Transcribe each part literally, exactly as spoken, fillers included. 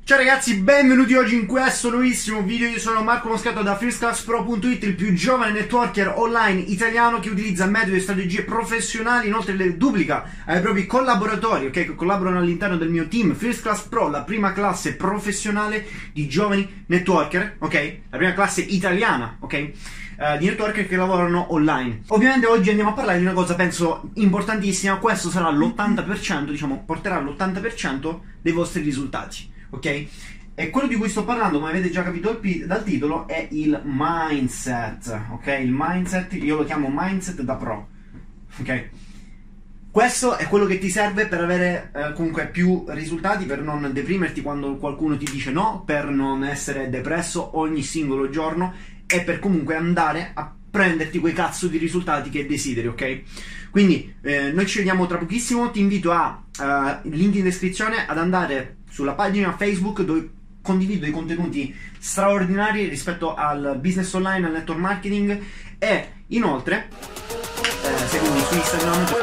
Ciao ragazzi, benvenuti oggi in questo nuovissimo video. Io sono Marco Moscato da first class pro punto it, il più giovane networker online italiano che utilizza metodi e strategie professionali, inoltre le duplica ai propri collaboratori, ok, che collaborano all'interno del mio team First Class Pro, la prima classe professionale di giovani networker, ok, la prima classe italiana, ok, Uh, di networker che lavorano online. Ovviamente oggi andiamo a parlare di una cosa penso importantissima. Questo sarà l'ottanta per cento, diciamo, porterà l'ottanta per cento dei vostri risultati, ok? E quello di cui sto parlando, come avete già capito dal titolo, è il mindset, ok? Il mindset, io lo chiamo mindset da pro, ok? Questo è quello che ti serve per avere eh, comunque più risultati, per non deprimerti quando qualcuno ti dice no, per non essere depresso ogni singolo giorno e per comunque andare a prenderti quei cazzo di risultati che desideri, ok? Quindi eh, noi ci vediamo tra pochissimo. Ti invito a uh, link in descrizione ad andare sulla pagina Facebook dove condivido dei contenuti straordinari rispetto al business online, al network marketing, e inoltre eh, seguimi su Instagram.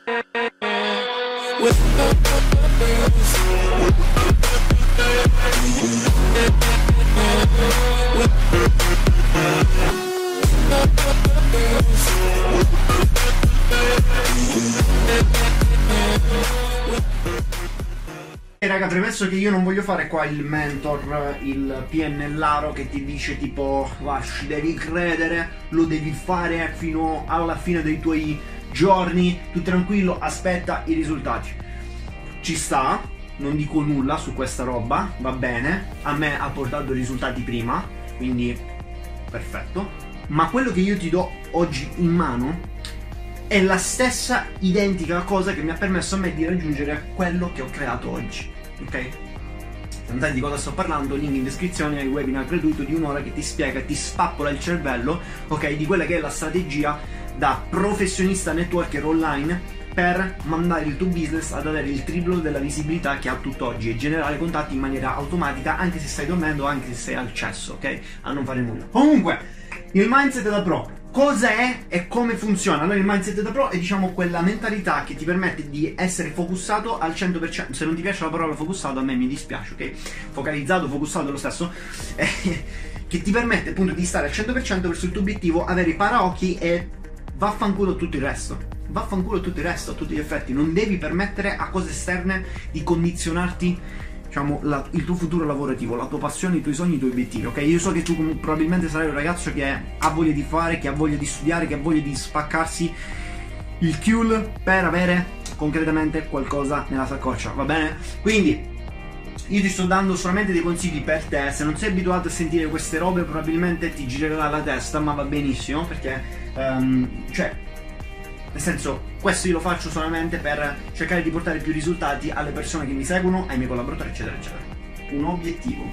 E raga, premesso che io non voglio fare qua il mentor, il P N L'aro che ti dice tipo va, ci devi credere, lo devi fare fino alla fine dei tuoi giorni, tu tranquillo, aspetta i risultati. Ci sta, non dico nulla su questa roba, va bene, a me ha portato risultati prima, quindi perfetto, ma quello che io ti do oggi in mano è la stessa identica cosa che mi ha permesso a me di raggiungere quello che ho creato oggi, ok? Se non sai di cosa sto parlando, link in descrizione al webinar gratuito di un'ora che ti spiega, ti spappola il cervello, ok, di quella che è la strategia da professionista networker online per mandare il tuo business ad avere il triplo della visibilità che ha tutt'oggi e generare contatti in maniera automatica anche se stai dormendo, anche se sei al cesso, ok? A non fare nulla. Comunque, il mindset da pro cosa è e come funziona? Allora, il mindset da pro è, diciamo, quella mentalità che ti permette di essere focussato al cento per cento. Se non ti piace la parola focussato, a me mi dispiace, ok? Focalizzato, focussato è lo stesso. Eh, che ti permette appunto di stare al cento per cento verso il tuo obiettivo, avere i paraocchi e vaffanculo tutto il resto. Vaffanculo tutto il resto, a tutti gli effetti. Non devi permettere a cose esterne di condizionarti, diciamo, la, il tuo futuro lavorativo, la tua passione, i tuoi sogni, i tuoi obiettivi, ok? Io so che tu probabilmente sarai un ragazzo che ha voglia di fare, che ha voglia di studiare, che ha voglia di spaccarsi il culo per avere concretamente qualcosa nella saccoccia, va bene? Quindi io ti sto dando solamente dei consigli per te. Se non sei abituato a sentire queste robe probabilmente ti girerà la testa, ma va benissimo, perché um, cioè nel senso, questo io lo faccio solamente per cercare di portare più risultati alle persone che mi seguono, ai miei collaboratori, eccetera eccetera. Un obiettivo,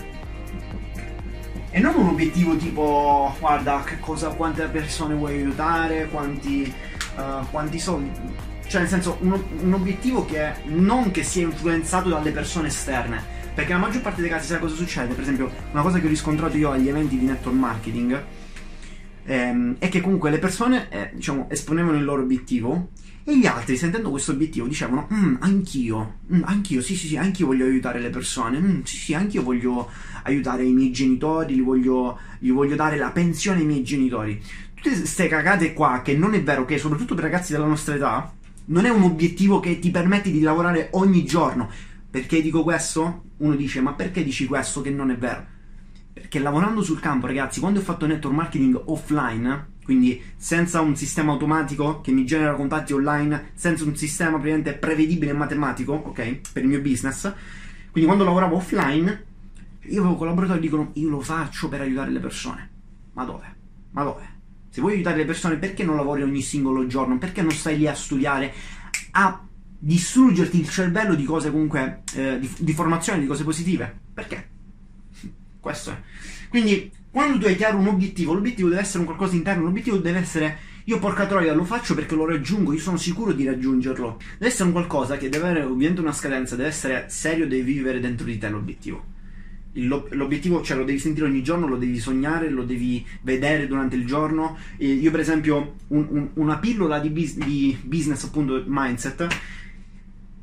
e non un obiettivo tipo guarda che cosa, quante persone vuoi aiutare, quanti uh, quanti soldi, cioè nel senso un, un obiettivo che non che sia influenzato dalle persone esterne, perché la maggior parte dei casi sai cosa succede? Per esempio, una cosa che ho riscontrato io agli eventi di network marketing ehm, è che comunque le persone eh, diciamo esponevano il loro obiettivo e gli altri, sentendo questo obiettivo, dicevano mm, anch'io, mm, anch'io, sì sì sì, anch'io voglio aiutare le persone, mm, sì sì, anch'io voglio aiutare i miei genitori, gli voglio, gli voglio dare la pensione ai miei genitori. Tutte queste cagate qua, che non è vero, che soprattutto per ragazzi della nostra età non è un obiettivo che ti permette di lavorare ogni giorno. Perché dico questo? Uno dice, ma perché dici questo che non è vero? Perché lavorando sul campo, ragazzi, quando ho fatto network marketing offline, quindi senza un sistema automatico che mi genera contatti online, senza un sistema praticamente prevedibile e matematico, ok, per il mio business, quindi quando lavoravo offline, io avevo collaboratori che dicono, io lo faccio per aiutare le persone. Ma dove? Ma dove? Se vuoi aiutare le persone, perché non lavori ogni singolo giorno? Perché non stai lì a studiare, a distruggerti il cervello di cose comunque, eh, di, di formazione, di cose positive? Perché? Questo è. Quindi quando tu hai chiaro un obiettivo, l'obiettivo deve essere un qualcosa interno, l'obiettivo deve essere, io porca troia lo faccio perché lo raggiungo, io sono sicuro di raggiungerlo. Deve essere un qualcosa che deve avere ovviamente una scadenza, deve essere serio, devi vivere dentro di te l'obiettivo. L'obiettivo, cioè, lo devi sentire ogni giorno, lo devi sognare, lo devi vedere durante il giorno. E io per esempio un, un, una pillola di, bis, di business, appunto, mindset,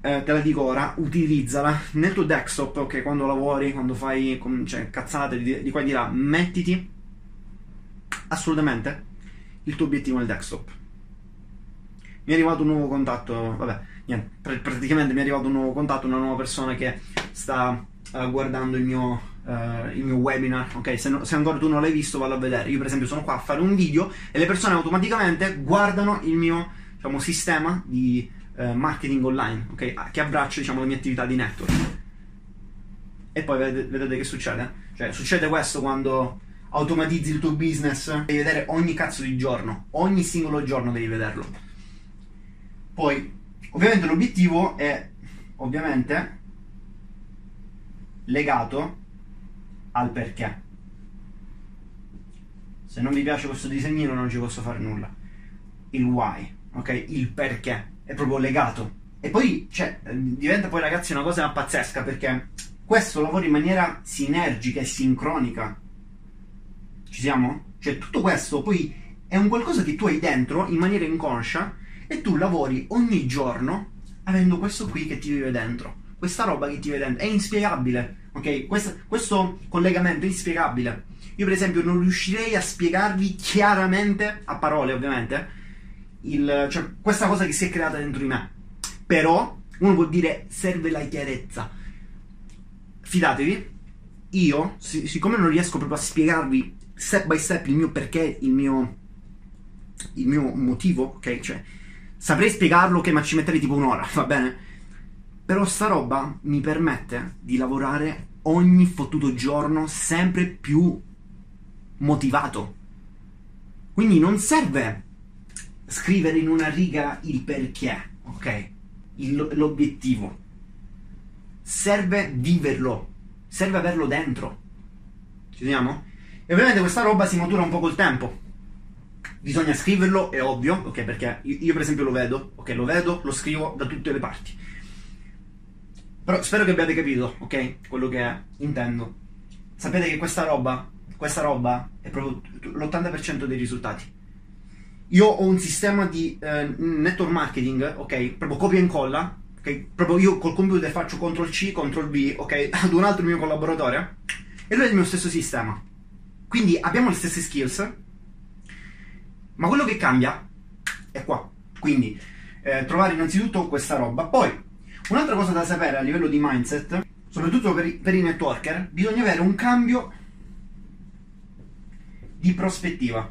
eh, te la dico ora, utilizzala nel tuo desktop, ok, quando lavori, quando fai cioè, cazzate di, di qua e di là, mettiti assolutamente il tuo obiettivo nel desktop. Mi è arrivato un nuovo contatto, vabbè, niente, pr- praticamente mi è arrivato un nuovo contatto, una nuova persona che sta uh, guardando il mio, uh, il mio webinar, ok? Se, no, se ancora tu non l'hai visto, vallo a vedere. Io per esempio sono qua a fare un video e le persone automaticamente guardano il mio, diciamo, sistema di uh, marketing online, ok? Che abbraccia, diciamo, le mie attività di network. E poi vedete, vedete che succede? Cioè, succede questo quando automatizzi il tuo business, devi vedere ogni cazzo di giorno, ogni singolo giorno devi vederlo. Poi, ovviamente l'obiettivo è, ovviamente, legato al perché. Se non mi piace questo disegnino non ci posso fare nulla. Il why, ok? Il perché, è proprio legato. E poi, cioè, diventa poi, ragazzi, una cosa pazzesca, perché questo lavora in maniera sinergica e sincronica. Ci siamo? Cioè, tutto questo poi è un qualcosa che tu hai dentro in maniera inconscia, e tu lavori ogni giorno avendo questo qui che ti vive dentro, questa roba che ti vive dentro. È inspiegabile, ok? Questo, questo collegamento è inspiegabile. Io per esempio non riuscirei a spiegarvi chiaramente, a parole ovviamente, il, cioè, questa cosa che si è creata dentro di me. Però uno può dire serve la chiarezza. Fidatevi, io sic- siccome non riesco proprio a spiegarvi step by step il mio perché, il mio il mio motivo, ok? Cioè, saprei spiegarlo, ok, ma ci metterei tipo un'ora, va bene? Però sta roba mi permette di lavorare ogni fottuto giorno sempre più motivato. Quindi non serve scrivere in una riga il perché, ok? Il, l'obiettivo. Serve viverlo, serve averlo dentro. Ci vediamo? E ovviamente questa roba si matura un po' col tempo. Bisogna scriverlo, è ovvio, ok? Perché io, io per esempio lo vedo, ok? Lo vedo, lo scrivo da tutte le parti. Però spero che abbiate capito, ok? Quello che intendo. Sapete che questa roba, questa roba è proprio l'ottanta per cento dei risultati. Io ho un sistema di eh, network marketing, ok? Proprio copia e incolla, ok? Proprio io col computer faccio control C, control V, ok? Ad un altro mio collaboratore, e lui è il mio stesso sistema. Quindi abbiamo le stesse skills, ma quello che cambia è qua. Quindi eh, trovare innanzitutto questa roba. Poi un'altra cosa da sapere a livello di mindset, soprattutto per i, per i networker, bisogna avere un cambio di prospettiva.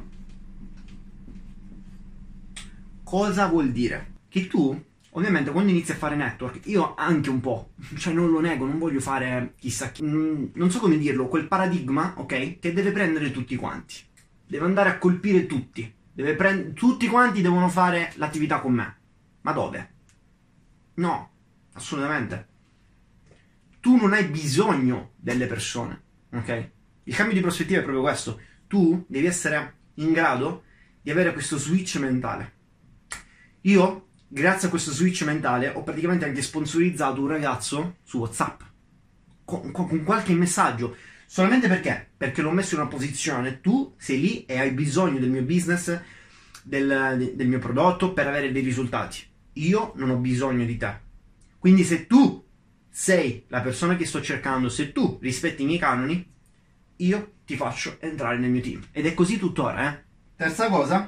Cosa vuol dire? Che tu, ovviamente, quando inizi a fare network, io anche un po', cioè non lo nego, non voglio fare chissà chi, non so come dirlo, quel paradigma, ok, che deve prendere tutti quanti, deve andare a colpire tutti. Deve prend- tutti quanti devono fare l'attività con me. Ma dove? No, assolutamente. Tu non hai bisogno delle persone, ok? Il cambio di prospettiva è proprio questo. Tu devi essere in grado di avere questo switch mentale. Io, grazie a questo switch mentale, ho praticamente anche sponsorizzato un ragazzo su WhatsApp con, con, con qualche messaggio. Solamente perché? Perché l'ho messo in una posizione, tu sei lì e hai bisogno del mio business, del, del mio prodotto per avere dei risultati. Io non ho bisogno di te. Quindi se tu sei la persona che sto cercando, se tu rispetti i miei canoni, io ti faccio entrare nel mio team. Ed è così tuttora, eh. Terza cosa,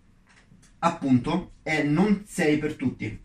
appunto, è non sei per tutti.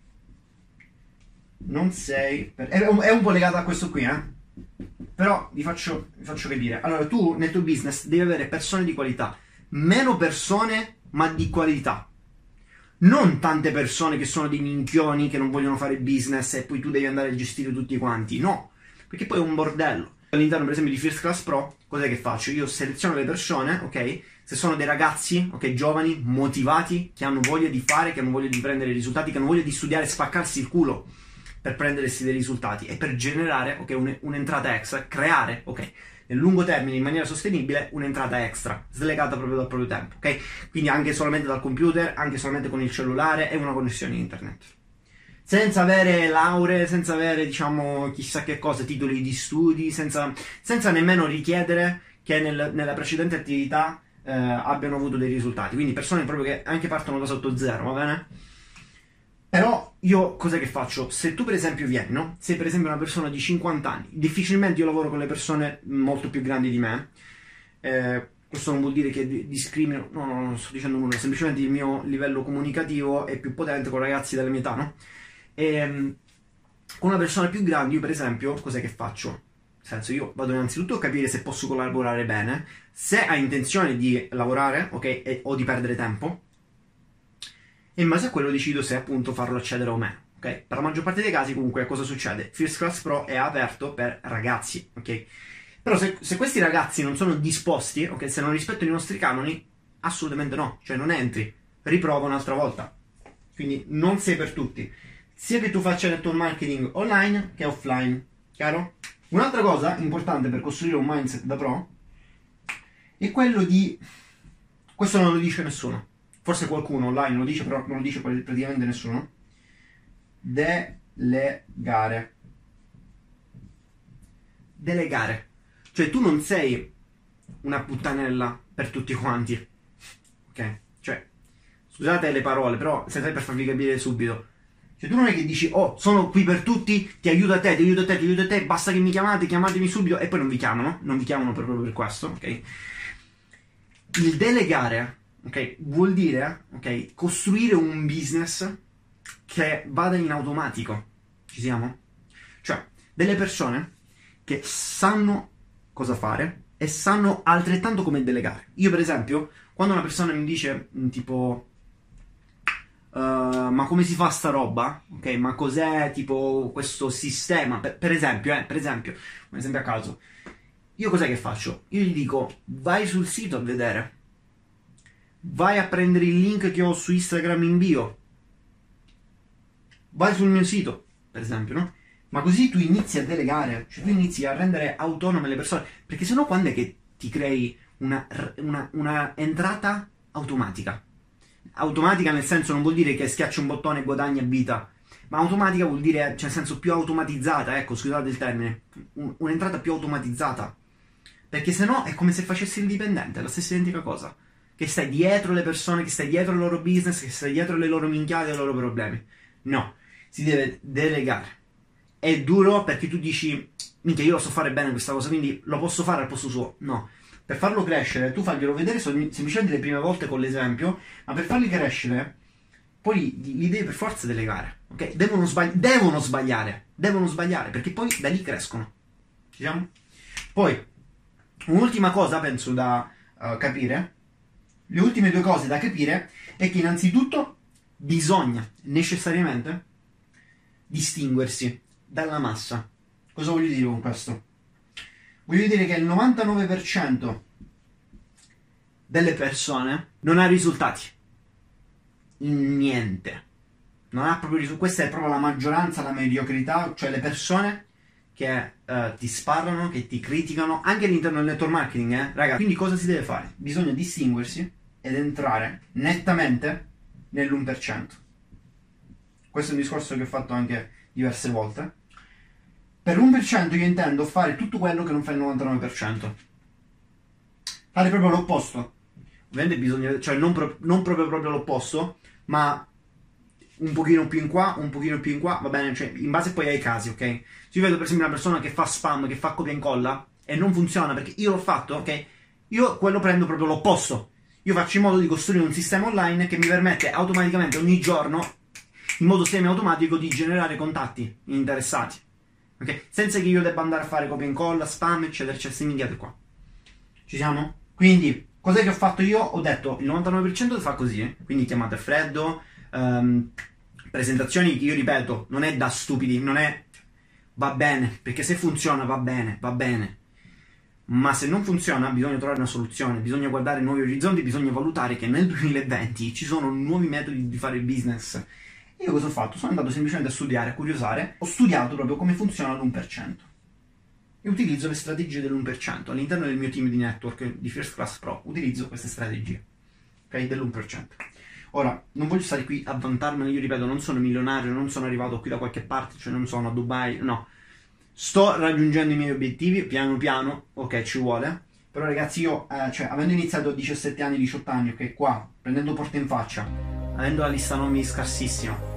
Non sei per... È un, è un po' legato a questo qui, eh. Però vi faccio, vi faccio capire. Allora, tu nel tuo business devi avere persone di qualità. Meno persone, ma di qualità. Non tante persone che sono dei minchioni che non vogliono fare business e poi tu devi andare a gestire tutti quanti. No, perché poi è un bordello. All'interno, per esempio, di First Class Pro, cos'è che faccio? Io seleziono le persone, ok? Se sono dei ragazzi, ok, giovani, motivati, che hanno voglia di fare, che hanno voglia di prendere risultati, che hanno voglia di studiare e spaccarsi il culo per prendersi dei risultati e per generare, ok, un, un'entrata extra, creare, ok, nel lungo termine in maniera sostenibile un'entrata extra, slegata proprio dal proprio tempo, ok? Quindi anche solamente dal computer, anche solamente con il cellulare e una connessione internet. Senza avere lauree, senza avere, diciamo, chissà che cosa, titoli di studi, senza, senza nemmeno richiedere che nel, nella precedente attività eh, abbiano avuto dei risultati. Quindi persone proprio che anche partono da sotto zero, va bene? Però io cos'è che faccio? Se tu per esempio vieni, no? Sei per esempio una persona di cinquanta anni, difficilmente io lavoro con le persone molto più grandi di me, eh, questo non vuol dire che discrimino, no, no, non sto dicendo nulla, semplicemente il mio livello comunicativo è più potente con ragazzi della mia età, no? E con una persona più grande io per esempio, cos'è che faccio? Nel senso, io vado innanzitutto a capire se posso collaborare bene, se hai intenzione di lavorare, ok, e, o di perdere tempo, e in base a quello decido se appunto farlo accedere o meno, ok? Per la maggior parte dei casi comunque cosa succede? First Class Pro è aperto per ragazzi, ok? Però se, se questi ragazzi non sono disposti, ok, se non rispettano i nostri canoni, assolutamente no, cioè non entri, riprova un'altra volta. Quindi non sei per tutti, sia che tu faccia network marketing online che offline, chiaro? Un'altra cosa importante per costruire un mindset da pro è quello di... questo non lo dice nessuno, forse qualcuno online lo dice, però non lo dice praticamente nessuno. Delegare. Delegare. Cioè tu non sei una puttanella per tutti quanti. Ok? Cioè, scusate le parole, però sempre per farvi capire subito. Cioè tu non è che dici, oh, sono qui per tutti, ti aiuto a te, ti aiuto a te, ti aiuto a te, basta che mi chiamate, chiamatemi subito, e poi non vi chiamano, non vi chiamano proprio per questo, ok? Il delegare, ok, vuol dire, ok, costruire un business che vada in automatico. Ci siamo? Cioè, delle persone che sanno cosa fare e sanno altrettanto come delegare. Io, per esempio, quando una persona mi dice, tipo, uh, ma come si fa sta roba? Ok, ma cos'è, tipo, questo sistema? Per, per esempio, eh, per esempio, un esempio a caso. Io cos'è che faccio? Io gli dico, vai sul sito a vedere. Vai a prendere il link che ho su Instagram in bio. Vai sul mio sito, per esempio, no? Ma così tu inizi a delegare, cioè tu inizi a rendere autonome le persone, perché sennò quando è che ti crei una, una, una entrata automatica? Automatica nel senso non vuol dire che schiacci un bottone e guadagni a vita, ma automatica vuol dire, cioè nel senso più automatizzata, ecco, scusate il termine, un, un'entrata più automatizzata, perché sennò è come se facessi il dipendente, è la stessa identica cosa, che stai dietro le persone, che stai dietro il loro business, che stai dietro le loro minchiate e i loro problemi. No, si deve delegare. È duro perché tu dici, minchia, io lo so fare bene questa cosa, quindi lo posso fare al posto suo. No, per farlo crescere, tu faglielo vedere semplicemente le prime volte con l'esempio, ma per farli crescere, poi li devi per forza delegare, ok? Devono, sbagli- devono sbagliare, devono sbagliare, perché poi da lì crescono. Ci siamo? Poi, un'ultima cosa penso da uh, capire, le ultime due cose da capire è che innanzitutto bisogna necessariamente distinguersi dalla massa. Cosa voglio dire con questo? Voglio dire che il novantanove per cento delle persone non ha risultati. Niente. Non ha proprio risultati. Questa è proprio la maggioranza, la mediocrità, cioè le persone che uh, ti sparano, che ti criticano, anche all'interno del network marketing, eh, ragazzi. Quindi cosa si deve fare? Bisogna distinguersi ed entrare nettamente nell'uno per cento. Questo è un discorso che ho fatto anche diverse volte. Per l'uno per cento io intendo fare tutto quello che non fa il novantanove per cento. Fare proprio l'opposto. Ovviamente bisogna, cioè non, pro, non proprio proprio l'opposto, ma un pochino più in qua, un pochino più in qua, va bene, cioè in base poi ai casi, ok? Se io vedo per esempio una persona che fa spam, che fa copia e incolla e non funziona perché io l'ho fatto, ok? Io quello prendo proprio l'opposto. Io faccio in modo di costruire un sistema online che mi permette automaticamente ogni giorno, in modo semi-automatico, di generare contatti interessati, ok? Senza che io debba andare a fare copia e incolla, spam, eccetera, eccetera, minchiate qua. Ci siamo? Quindi, cos'è che ho fatto io? Ho detto il novantanove per cento fa così, eh? Quindi chiamate a freddo, um, presentazioni che io ripeto, non è da stupidi, non è va bene, perché se funziona va bene, va bene. Ma se non funziona bisogna trovare una soluzione, bisogna guardare nuovi orizzonti, bisogna valutare che nel duemilaventi ci sono nuovi metodi di fare business. E io cosa ho fatto? Sono andato semplicemente a studiare, a curiosare, ho studiato proprio come funziona l'uno per cento. E utilizzo le strategie dell'uno per cento. All'interno del mio team di network, di First Class Pro, utilizzo queste strategie, ok? Dell'uno per cento. Ora, non voglio stare qui a vantarmene, io ripeto, non sono milionario, non sono arrivato qui da qualche parte, cioè non sono a Dubai, no. Sto raggiungendo i miei obiettivi, piano piano, ok, ci vuole. Però ragazzi io, eh, cioè, avendo iniziato a diciassette anni, diciotto anni, ok, qua, prendendo porte in faccia, avendo la lista nomi scarsissima,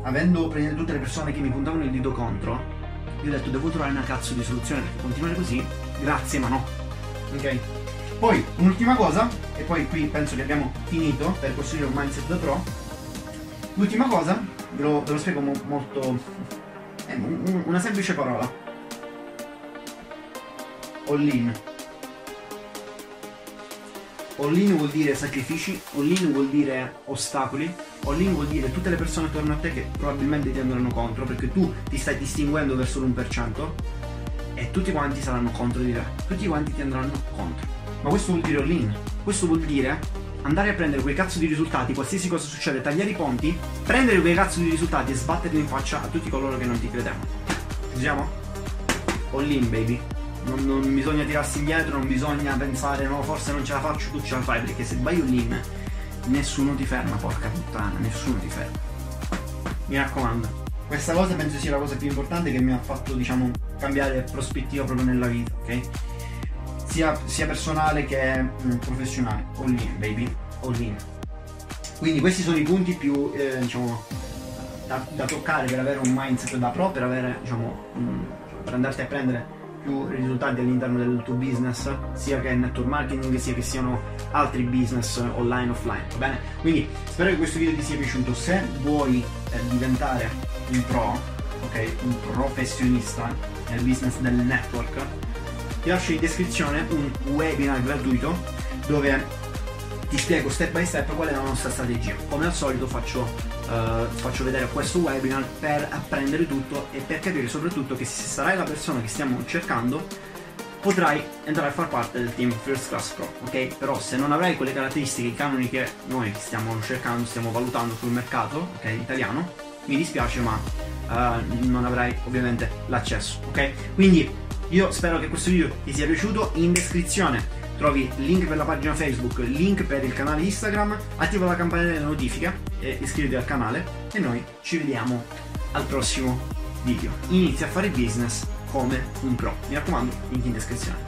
avendo praticamente tutte le persone che mi puntavano il dito contro, io ho detto devo trovare una cazzo di soluzione, perché continuare così, grazie ma no. Ok? Poi un'ultima cosa, e poi qui penso che abbiamo finito per costruire un mindset da pro. L'ultima cosa, ve lo, ve lo spiego mo molto, è una semplice parola: all in. All in vuol dire sacrifici, all in vuol dire ostacoli, all in vuol dire tutte le persone attorno a te che probabilmente ti andranno contro, perché tu ti stai distinguendo verso l'uno per cento e tutti quanti saranno contro di te, tutti quanti ti andranno contro. Ma questo vuol dire all in, questo vuol dire andare a prendere quei cazzo di risultati, qualsiasi cosa succede, tagliare i ponti, prendere quei cazzo di risultati e sbatterli in faccia a tutti coloro che non ti credevano. Ci siamo? All in, baby. Non, non bisogna tirarsi indietro, non bisogna pensare no, forse non ce la faccio, tu ce la fai, perché se vai all in nessuno ti ferma, porca puttana, nessuno ti ferma. Mi raccomando. Questa cosa penso sia la cosa più importante che mi ha fatto, diciamo, cambiare prospettiva proprio nella vita, ok? Sia, sia personale che mh, professionale. All in, baby, all in. Quindi questi sono i punti più, eh, diciamo, da, da toccare per avere un mindset da pro, per avere, diciamo, mh, per andarti a prendere più risultati all'interno del tuo business, sia che network marketing, sia che siano altri business online, offline, va bene? Quindi spero che questo video ti sia piaciuto. Se vuoi eh, diventare un pro, ok, un professionista nel business del network, ti lascio in descrizione un webinar gratuito dove ti spiego step by step qual è la nostra strategia. Come al solito faccio, uh, faccio vedere questo webinar per apprendere tutto e per capire soprattutto che se sarai la persona che stiamo cercando potrai entrare a far parte del team First Class Pro, ok? Però se non avrai quelle caratteristiche, i canoni che noi stiamo cercando, stiamo valutando sul mercato, ok, italiano, mi dispiace ma uh, non avrai ovviamente l'accesso, ok? Quindi io spero che questo video ti sia piaciuto. In descrizione trovi link per la pagina Facebook, link per il canale Instagram, attiva la campanella delle notifiche e iscriviti al canale e noi ci vediamo al prossimo video. Inizia a fare business come un pro. Mi raccomando, link in descrizione.